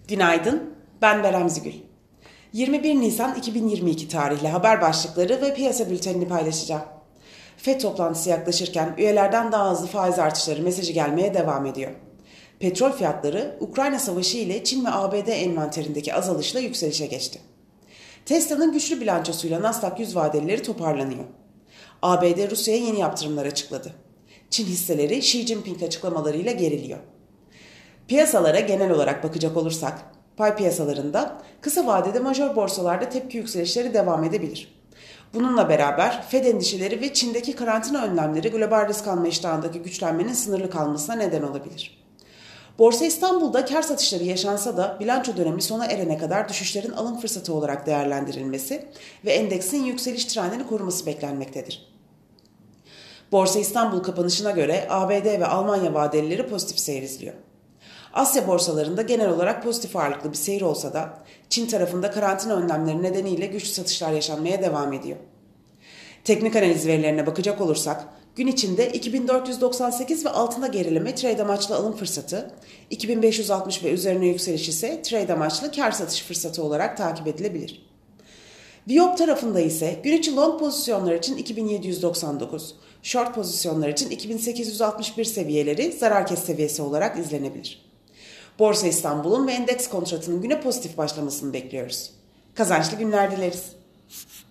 Günaydın, ben Berem Zigül. 21 Nisan 2022 tarihli haber başlıkları ve piyasa bültenini paylaşacağım. FED toplantısı yaklaşırken üyelerden daha hızlı faiz artışları mesajı gelmeye devam ediyor. Petrol fiyatları Ukrayna Savaşı ile Çin ve ABD envanterindeki azalışla yükselişe geçti. Tesla'nın güçlü bilançosuyla Nasdaq 100 vadelileri toparlanıyor. ABD Rusya'ya yeni yaptırımlar açıkladı. Çin hisseleri Xi Jinping açıklamalarıyla geriliyor. Piyasalara genel olarak bakacak olursak, pay piyasalarında kısa vadede major borsalarda tepki yükselişleri devam edebilir. Bununla beraber Fed endişeleri ve Çin'deki karantina önlemleri global risk alma iştahındaki güçlenmenin sınırlı kalmasına neden olabilir. Borsa İstanbul'da kar satışları yaşansa da bilanço dönemi sona erene kadar düşüşlerin alım fırsatı olarak değerlendirilmesi ve endeksin yükseliş trendini koruması beklenmektedir. Borsa İstanbul kapanışına göre ABD ve Almanya vadelileri pozitif seyir izliyor. Asya borsalarında genel olarak pozitif ağırlıklı bir seyir olsa da Çin tarafında karantina önlemleri nedeniyle güçlü satışlar yaşanmaya devam ediyor. Teknik analiz verilerine bakacak olursak gün içinde 2498 ve altında gerileme trade amaçlı alım fırsatı, 2560 ve üzerine yükseliş ise trade amaçlı kar satış fırsatı olarak takip edilebilir. Viyop tarafında ise gün içi long pozisyonlar için 2799, short pozisyonlar için 2861 seviyeleri zarar kes seviyesi olarak izlenebilir. Borsa İstanbul'un ve endeks kontratının güne pozitif başlamasını bekliyoruz. Kazançlı günler dileriz.